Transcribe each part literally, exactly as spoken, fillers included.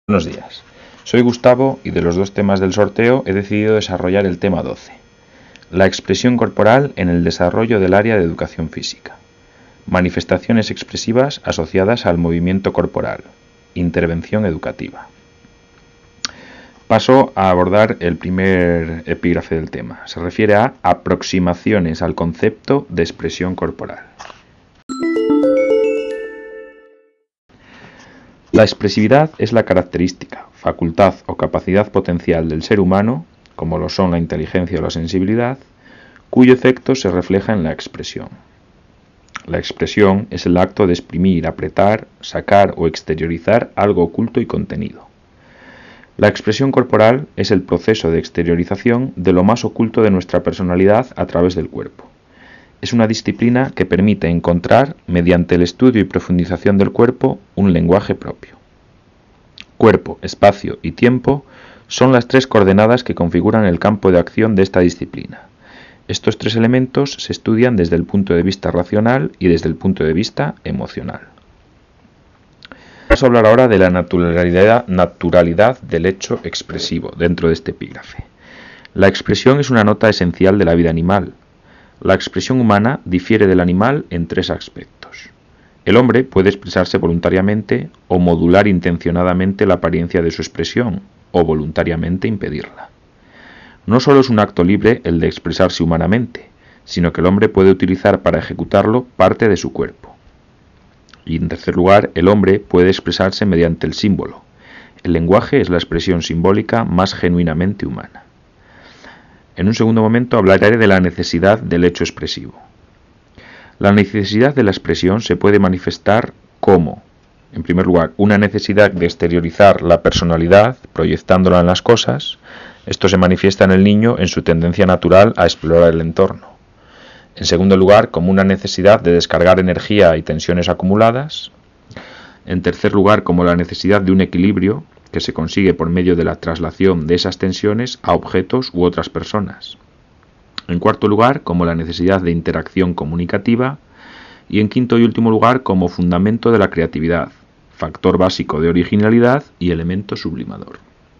Buenos días, soy Gustavo y de los dos temas del sorteo he decidido desarrollar el tema doce, la expresión corporal en el desarrollo del área de educación física, manifestaciones expresivas asociadas al movimiento corporal, intervención educativa. Paso a abordar el primer epígrafe del tema, se refiere a aproximaciones al concepto de expresión corporal. La expresividad es la característica, facultad o capacidad potencial del ser humano, como lo son la inteligencia o la sensibilidad, cuyo efecto se refleja en la expresión. La expresión es el acto de exprimir, apretar, sacar o exteriorizar algo oculto y contenido. La expresión corporal es el proceso de exteriorización de lo más oculto de nuestra personalidad a través del cuerpo. Es una disciplina que permite encontrar, mediante el estudio y profundización del cuerpo, un lenguaje propio. Cuerpo, espacio y tiempo son las tres coordenadas que configuran el campo de acción de esta disciplina. Estos tres elementos se estudian desde el punto de vista racional y desde el punto de vista emocional. Vamos a hablar ahora de la naturalidad, naturalidad del hecho expresivo dentro de este epígrafe. La expresión es una nota esencial de la vida animal. La expresión humana difiere del animal en tres aspectos. El hombre puede expresarse voluntariamente o modular intencionadamente la apariencia de su expresión, o voluntariamente impedirla. No solo es un acto libre el de expresarse humanamente, sino que el hombre puede utilizar para ejecutarlo parte de su cuerpo. Y en tercer lugar, el hombre puede expresarse mediante el símbolo. El lenguaje es la expresión simbólica más genuinamente humana. En un segundo momento hablaré de la necesidad del hecho expresivo. La necesidad de la expresión se puede manifestar como, en primer lugar, una necesidad de exteriorizar la personalidad, proyectándola en las cosas. Esto se manifiesta en el niño en su tendencia natural a explorar el entorno. En segundo lugar, como una necesidad de descargar energía y tensiones acumuladas. En tercer lugar, como la necesidad de un equilibrio que se consigue por medio de la traslación de esas tensiones a objetos u otras personas. En cuarto lugar, como la necesidad de interacción comunicativa. Y en quinto y último lugar, como fundamento de la creatividad, factor básico de originalidad y elemento sublimador.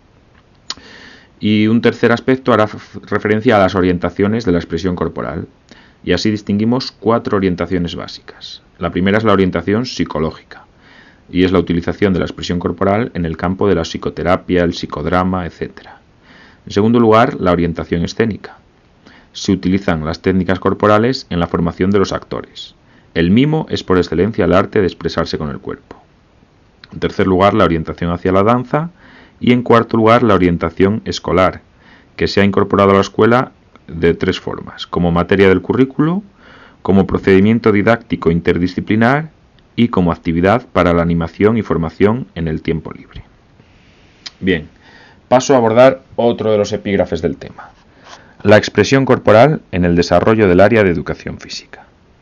Y un tercer aspecto hará referencia a las orientaciones de la expresión corporal. Y así distinguimos cuatro orientaciones básicas. La primera es la orientación psicológica, y es la utilización de la expresión corporal en el campo de la psicoterapia, el psicodrama, etcétera. En segundo lugar, la orientación escénica. Se utilizan las técnicas corporales en la formación de los actores. El mimo es por excelencia el arte de expresarse con el cuerpo. En tercer lugar, la orientación hacia la danza. Y en cuarto lugar, la orientación escolar, que se ha incorporado a la escuela de tres formas: como materia del currículo, como procedimiento didáctico interdisciplinar y como actividad para la animación y formación en el tiempo libre. Bien, paso a abordar otro de los epígrafes del tema: la expresión corporal en el desarrollo del área de educación física.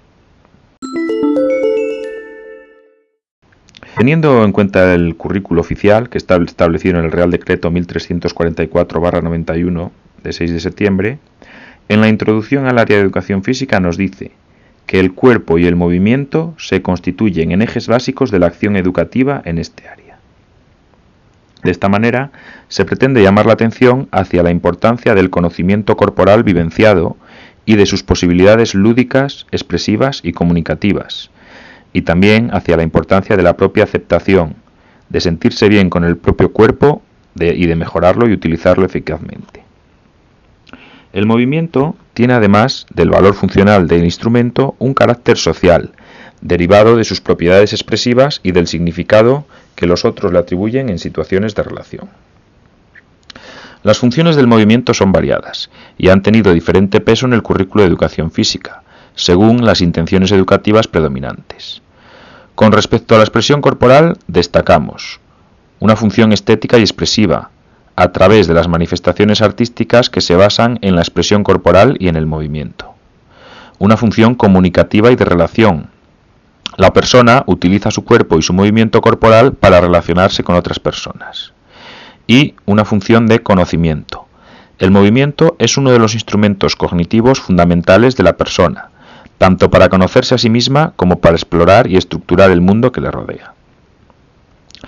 Teniendo en cuenta el currículo oficial que está establecido en el Real Decreto mil trescientos cuarenta y cuatro barra noventa y uno de seis de septiembre, en la introducción al área de educación física nos dice que el cuerpo y el movimiento se constituyen en ejes básicos de la acción educativa en este área. De esta manera, se pretende llamar la atención hacia la importancia del conocimiento corporal vivenciado y de sus posibilidades lúdicas, expresivas y comunicativas, y también hacia la importancia de la propia aceptación, de sentirse bien con el propio cuerpo de, y de mejorarlo y utilizarlo eficazmente. El movimiento tiene, además del valor funcional del instrumento, un carácter social, derivado de sus propiedades expresivas y del significado que los otros le atribuyen en situaciones de relación. Las funciones del movimiento son variadas y han tenido diferente peso en el currículo de educación física, según las intenciones educativas predominantes. Con respecto a la expresión corporal, destacamos una función estética y expresiva, a través de las manifestaciones artísticas que se basan en la expresión corporal y en el movimiento. Una función comunicativa y de relación. La persona utiliza su cuerpo y su movimiento corporal para relacionarse con otras personas. Y una función de conocimiento. El movimiento es uno de los instrumentos cognitivos fundamentales de la persona, tanto para conocerse a sí misma como para explorar y estructurar el mundo que le rodea.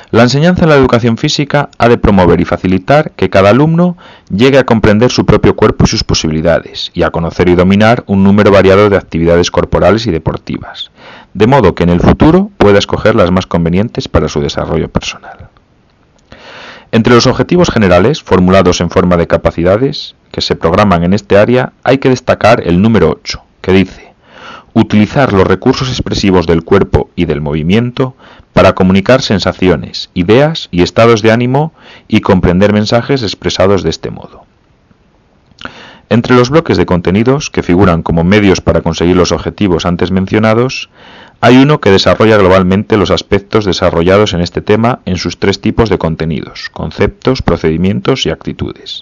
La enseñanza en la educación física ha de promover y facilitar que cada alumno llegue a comprender su propio cuerpo y sus posibilidades, y a conocer y dominar un número variado de actividades corporales y deportivas, de modo que en el futuro pueda escoger las más convenientes para su desarrollo personal. Entre los objetivos generales, formulados en forma de capacidades, que se programan en este área, hay que destacar el número ocho, que dice: utilizar los recursos expresivos del cuerpo y del movimiento para comunicar sensaciones, ideas y estados de ánimo y comprender mensajes expresados de este modo. Entre los bloques de contenidos, que figuran como medios para conseguir los objetivos antes mencionados, hay uno que desarrolla globalmente los aspectos desarrollados en este tema en sus tres tipos de contenidos: conceptos, procedimientos y actitudes.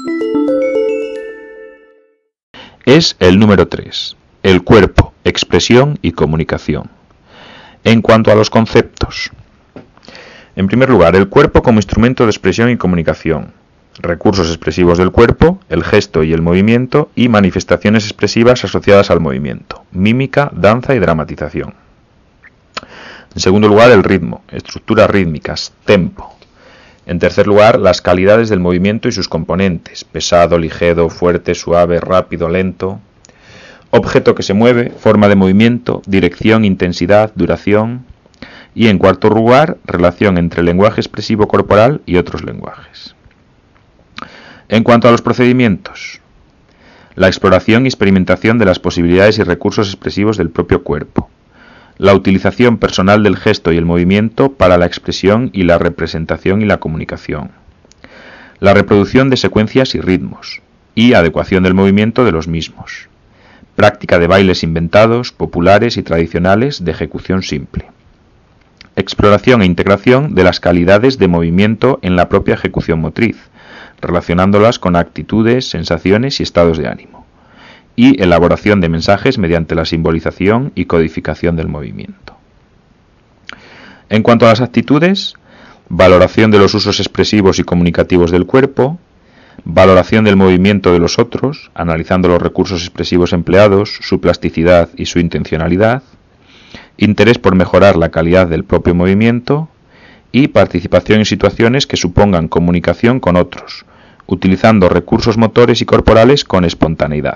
Es el número tres, el cuerpo, expresión y comunicación. En cuanto a los conceptos, en primer lugar, el cuerpo como instrumento de expresión y comunicación, recursos expresivos del cuerpo, el gesto y el movimiento, y manifestaciones expresivas asociadas al movimiento, mímica, danza y dramatización. En segundo lugar, el ritmo, estructuras rítmicas, tempo. En tercer lugar, las calidades del movimiento y sus componentes, pesado, ligero, fuerte, suave, rápido, lento. Objeto que se mueve, forma de movimiento, dirección, intensidad, duración. Y en cuarto lugar, relación entre el lenguaje expresivo corporal y otros lenguajes. En cuanto a los procedimientos, la exploración y experimentación de las posibilidades y recursos expresivos del propio cuerpo, la utilización personal del gesto y el movimiento para la expresión y la representación y la comunicación, la reproducción de secuencias y ritmos, y adecuación del movimiento de los mismos, práctica de bailes inventados, populares y tradicionales de ejecución simple, exploración e integración de las calidades de movimiento en la propia ejecución motriz, relacionándolas con actitudes, sensaciones y estados de ánimo, y elaboración de mensajes mediante la simbolización y codificación del movimiento. En cuanto a las actitudes, valoración de los usos expresivos y comunicativos del cuerpo, valoración del movimiento de los otros, analizando los recursos expresivos empleados, su plasticidad y su intencionalidad, interés por mejorar la calidad del propio movimiento, y participación en situaciones que supongan comunicación con otros, utilizando recursos motores y corporales con espontaneidad.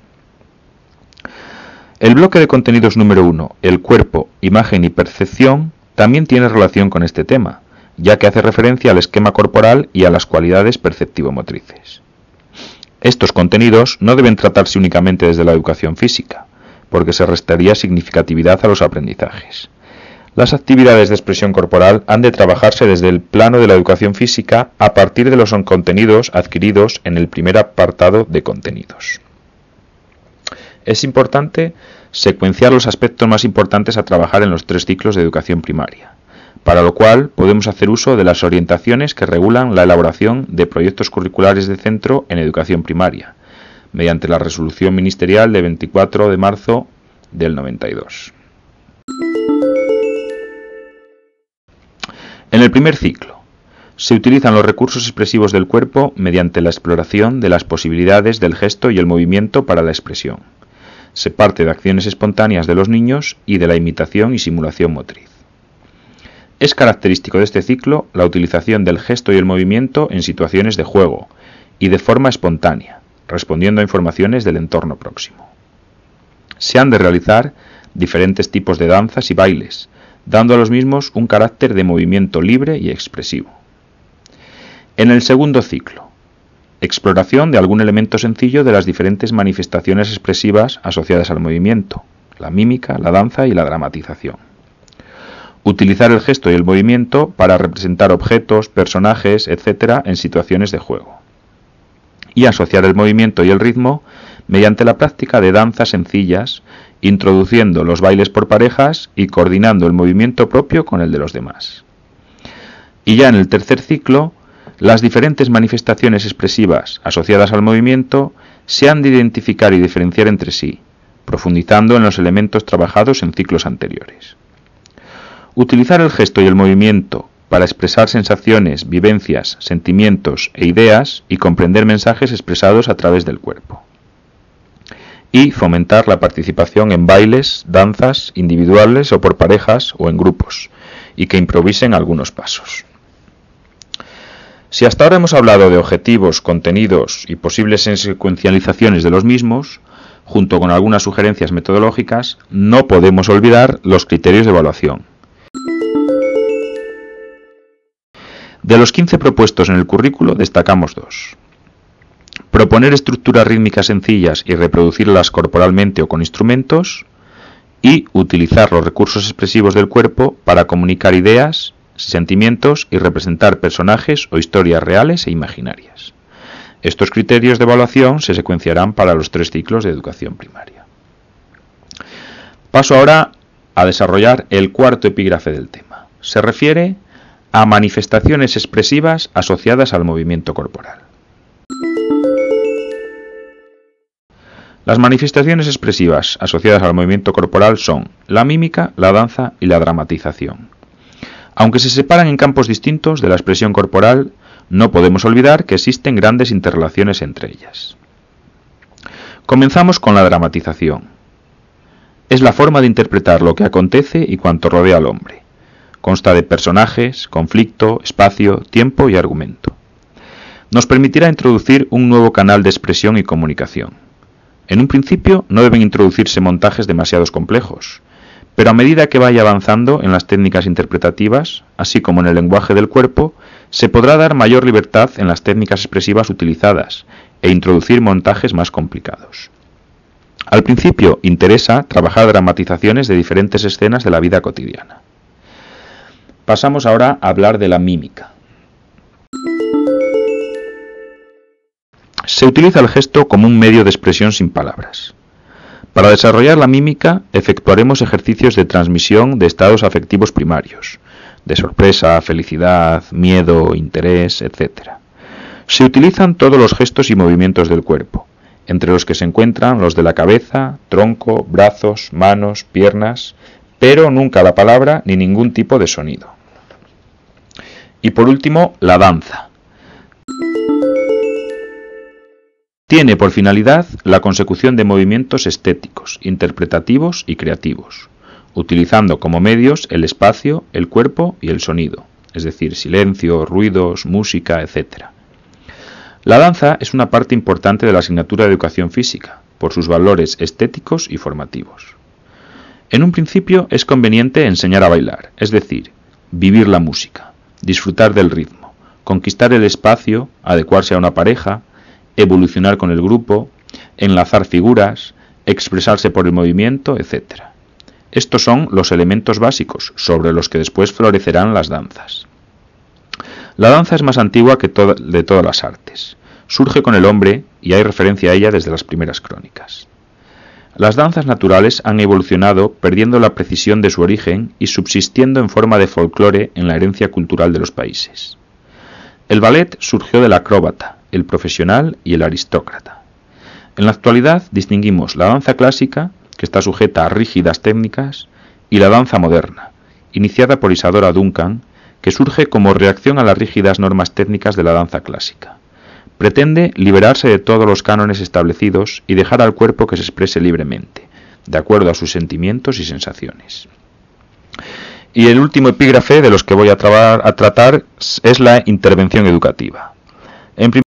El bloque de contenidos número uno, el cuerpo, imagen y percepción, también tiene relación con este tema, ya que hace referencia al esquema corporal y a las cualidades perceptivo-motrices. Estos contenidos no deben tratarse únicamente desde la educación física, porque se restaría significatividad a los aprendizajes. Las actividades de expresión corporal han de trabajarse desde el plano de la educación física a partir de los contenidos adquiridos en el primer apartado de contenidos. Es importante secuenciar los aspectos más importantes a trabajar en los tres ciclos de educación primaria, para lo cual podemos hacer uso de las orientaciones que regulan la elaboración de proyectos curriculares de centro en educación primaria, mediante la resolución ministerial de veinticuatro de marzo del noventa y dos. En el primer ciclo, se utilizan los recursos expresivos del cuerpo mediante la exploración de las posibilidades del gesto y el movimiento para la expresión. Se parte de acciones espontáneas de los niños y de la imitación y simulación motriz. Es característico de este ciclo la utilización del gesto y el movimiento en situaciones de juego y de forma espontánea, respondiendo a informaciones del entorno próximo. Se han de realizar diferentes tipos de danzas y bailes, dando a los mismos un carácter de movimiento libre y expresivo. En el segundo ciclo, exploración de algún elemento sencillo de las diferentes manifestaciones expresivas asociadas al movimiento, la mímica, la danza y la dramatización. Utilizar el gesto y el movimiento para representar objetos, personajes, etcétera en situaciones de juego. Y asociar el movimiento y el ritmo mediante la práctica de danzas sencillas, introduciendo los bailes por parejas y coordinando el movimiento propio con el de los demás. Y ya en el tercer ciclo, las diferentes manifestaciones expresivas asociadas al movimiento se han de identificar y diferenciar entre sí, profundizando en los elementos trabajados en ciclos anteriores. Utilizar el gesto y el movimiento para expresar sensaciones, vivencias, sentimientos e ideas y comprender mensajes expresados a través del cuerpo. Y fomentar la participación en bailes, danzas, individuales o por parejas o en grupos, y que improvisen algunos pasos. Si hasta ahora hemos hablado de objetivos, contenidos y posibles secuencializaciones de los mismos, junto con algunas sugerencias metodológicas, no podemos olvidar los criterios de evaluación. De los quince propuestos en el currículo destacamos dos. Proponer estructuras rítmicas sencillas y reproducirlas corporalmente o con instrumentos, y utilizar los recursos expresivos del cuerpo para comunicar ideas, sentimientos y representar personajes o historias reales e imaginarias. Estos criterios de evaluación se secuenciarán para los tres ciclos de educación primaria. Paso ahora a desarrollar el cuarto epígrafe del tema. Se refiere a manifestaciones expresivas asociadas al movimiento corporal. Las manifestaciones expresivas asociadas al movimiento corporal son la mímica, la danza y la dramatización. Aunque se separan en campos distintos de la expresión corporal, no podemos olvidar que existen grandes interrelaciones entre ellas. Comenzamos con la dramatización. Es la forma de interpretar lo que acontece y cuanto rodea al hombre. Consta de personajes, conflicto, espacio, tiempo y argumento. Nos permitirá introducir un nuevo canal de expresión y comunicación. En un principio no deben introducirse montajes demasiado complejos, pero a medida que vaya avanzando en las técnicas interpretativas, así como en el lenguaje del cuerpo, se podrá dar mayor libertad en las técnicas expresivas utilizadas e introducir montajes más complicados. Al principio interesa trabajar dramatizaciones de diferentes escenas de la vida cotidiana. Pasamos ahora a hablar de la mímica. Se utiliza el gesto como un medio de expresión sin palabras. Para desarrollar la mímica, efectuaremos ejercicios de transmisión de estados afectivos primarios, de sorpresa, felicidad, miedo, interés, etcétera. Se utilizan todos los gestos y movimientos del cuerpo, entre los que se encuentran los de la cabeza, tronco, brazos, manos, piernas, pero nunca la palabra ni ningún tipo de sonido. Y por último, la danza. Tiene por finalidad la consecución de movimientos estéticos, interpretativos y creativos, utilizando como medios el espacio, el cuerpo y el sonido, es decir, silencio, ruidos, música, etcétera. La danza es una parte importante de la asignatura de educación física, por sus valores estéticos y formativos. En un principio es conveniente enseñar a bailar, es decir, vivir la música, disfrutar del ritmo, conquistar el espacio, adecuarse a una pareja, evolucionar con el grupo, enlazar figuras, expresarse por el movimiento, etcétera. Estos son los elementos básicos sobre los que después florecerán las danzas. La danza es más antigua que to- de todas las artes. Surge con el hombre y hay referencia a ella desde las primeras crónicas. Las danzas naturales han evolucionado perdiendo la precisión de su origen y subsistiendo en forma de folclore en la herencia cultural de los países. El ballet surgió del acróbata, el profesional y el aristócrata. En la actualidad distinguimos la danza clásica, que está sujeta a rígidas técnicas, y la danza moderna, iniciada por Isadora Duncan, que surge como reacción a las rígidas normas técnicas de la danza clásica. Pretende liberarse de todos los cánones establecidos y dejar al cuerpo que se exprese libremente, de acuerdo a sus sentimientos y sensaciones. Y el último epígrafe de los que voy a, tra- a tratar es la intervención educativa. En primer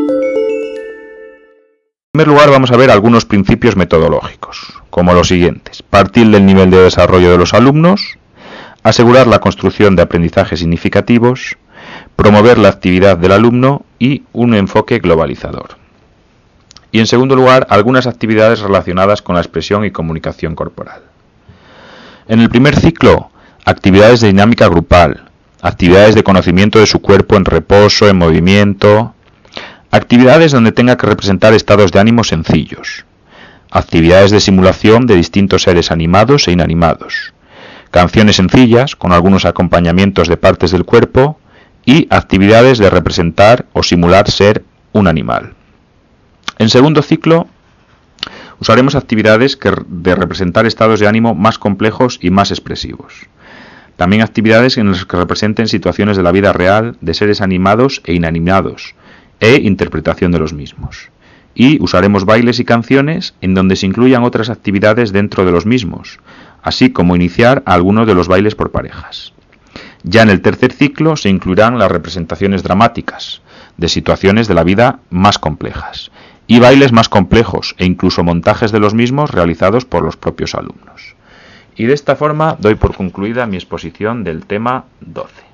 lugar vamos a ver algunos principios metodológicos, como los siguientes: partir del nivel de desarrollo de los alumnos, asegurar la construcción de aprendizajes significativos, promover la actividad del alumno y un enfoque globalizador. Y en segundo lugar, algunas actividades relacionadas con la expresión y comunicación corporal. En el primer ciclo, actividades de dinámica grupal, actividades de conocimiento de su cuerpo en reposo, en movimiento, actividades donde tenga que representar estados de ánimo sencillos, actividades de simulación de distintos seres animados e inanimados, canciones sencillas con algunos acompañamientos de partes del cuerpo y actividades de representar o simular ser un animal. En segundo ciclo, usaremos actividades que de representar estados de ánimo más complejos y más expresivos. También actividades en las que representen situaciones de la vida real de seres animados e inanimados, e interpretación de los mismos. Y usaremos bailes y canciones en donde se incluyan otras actividades dentro de los mismos, así como iniciar algunos de los bailes por parejas. Ya en el tercer ciclo se incluirán las representaciones dramáticas de situaciones de la vida más complejas y bailes más complejos e incluso montajes de los mismos realizados por los propios alumnos. Y de esta forma doy por concluida mi exposición del tema doce.